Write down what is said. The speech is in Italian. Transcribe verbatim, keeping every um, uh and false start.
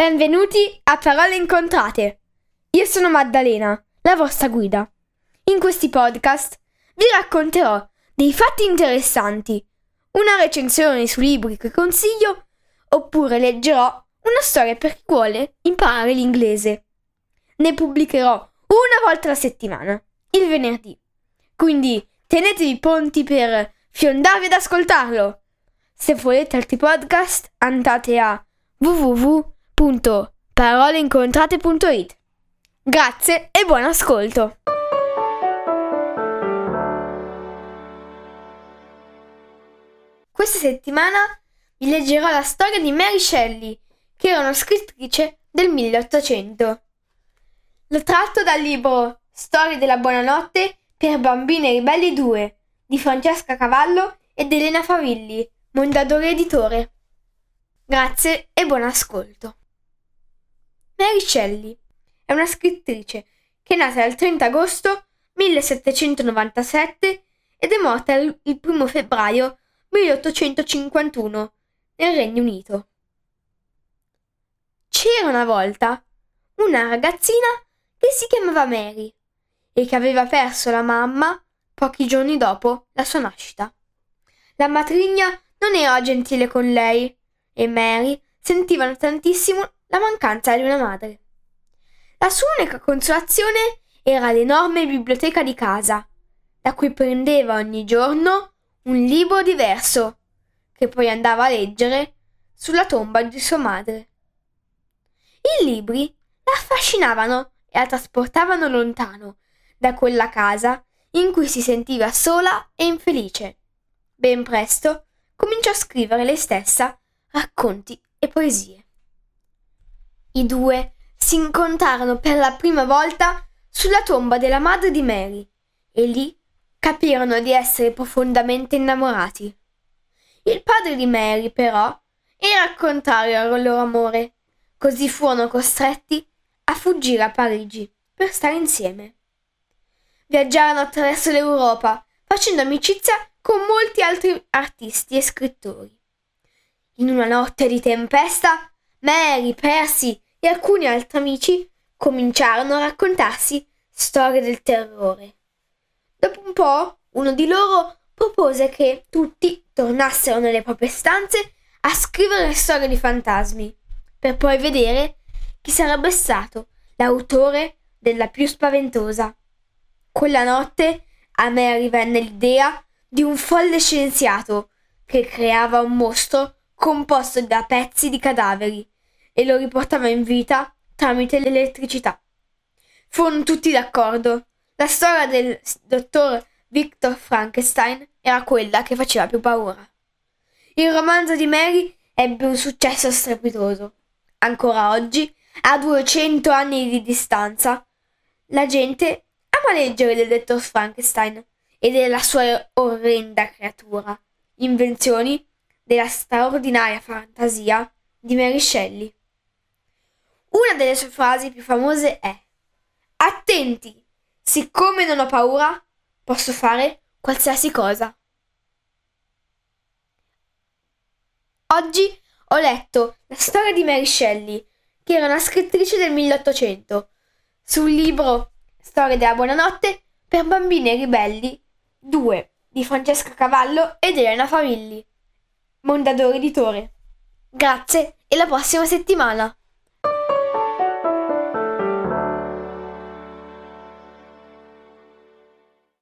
Benvenuti a Parole Incontrate. Io sono Maddalena, la vostra guida. In questi podcast vi racconterò dei fatti interessanti, una recensione su libri che consiglio, oppure leggerò una storia per chi vuole imparare l'inglese. Ne pubblicherò una volta alla settimana, il venerdì. Quindi tenetevi pronti per fiondarvi ad ascoltarlo. Se volete altri podcast, andate a w w w punto parole incontrate punto i t. Grazie e buon ascolto! Questa settimana vi leggerò la storia di Mary Shelley, che era una scrittrice del milleottocento. L'ho tratto dal libro Storie della buonanotte per bambine ribelli due di Francesca Cavallo ed Elena Favilli, Mondadori Editore. Grazie e buon ascolto. Mary Shelley è una scrittrice che è nata il trenta agosto millesettecentonovantasette ed è morta il primo febbraio milleottocentocinquantuno nel Regno Unito. C'era una volta una ragazzina che si chiamava Mary e che aveva perso la mamma pochi giorni dopo la sua nascita. La matrigna non era gentile con lei e Mary sentiva tantissimo la mancanza di una madre. La sua unica consolazione era l'enorme biblioteca di casa, da cui prendeva ogni giorno un libro diverso, che poi andava a leggere sulla tomba di sua madre. I libri la affascinavano e la trasportavano lontano da quella casa in cui si sentiva sola e infelice. Ben presto cominciò a scrivere lei stessa racconti e poesie. I due si incontrarono per la prima volta sulla tomba della madre di Mary e lì capirono di essere profondamente innamorati. Il padre di Mary, però, era al contrario al loro amore, così furono costretti a fuggire a Parigi per stare insieme. Viaggiarono attraverso l'Europa, facendo amicizia con molti altri artisti e scrittori. In una notte di tempesta, Mary, Percy e alcuni altri amici cominciarono a raccontarsi storie del terrore. Dopo un po', uno di loro propose che tutti tornassero nelle proprie stanze a scrivere storie di fantasmi, per poi vedere chi sarebbe stato l'autore della più spaventosa. Quella notte a Mary venne l'idea di un folle scienziato che creava un mostro composto da pezzi di cadaveri e lo riportava in vita tramite l'elettricità. Furono tutti d'accordo. La storia del dottor Victor Frankenstein era quella che faceva più paura. Il romanzo di Mary ebbe un successo strepitoso. Ancora oggi, a duecento anni di distanza, la gente ama leggere del dottor Frankenstein e della sua orrenda creatura, invenzioni della straordinaria fantasia di Mary Shelley. Una delle sue frasi più famose è: "Attenti, siccome non ho paura, posso fare qualsiasi cosa". Oggi ho letto la storia di Mary Shelley, che era una scrittrice del milleottocento, sul libro Storie della buonanotte per bambine ribelli due di Francesca Cavallo ed Elena Favilli, Mondadori Editore. Grazie e la prossima settimana!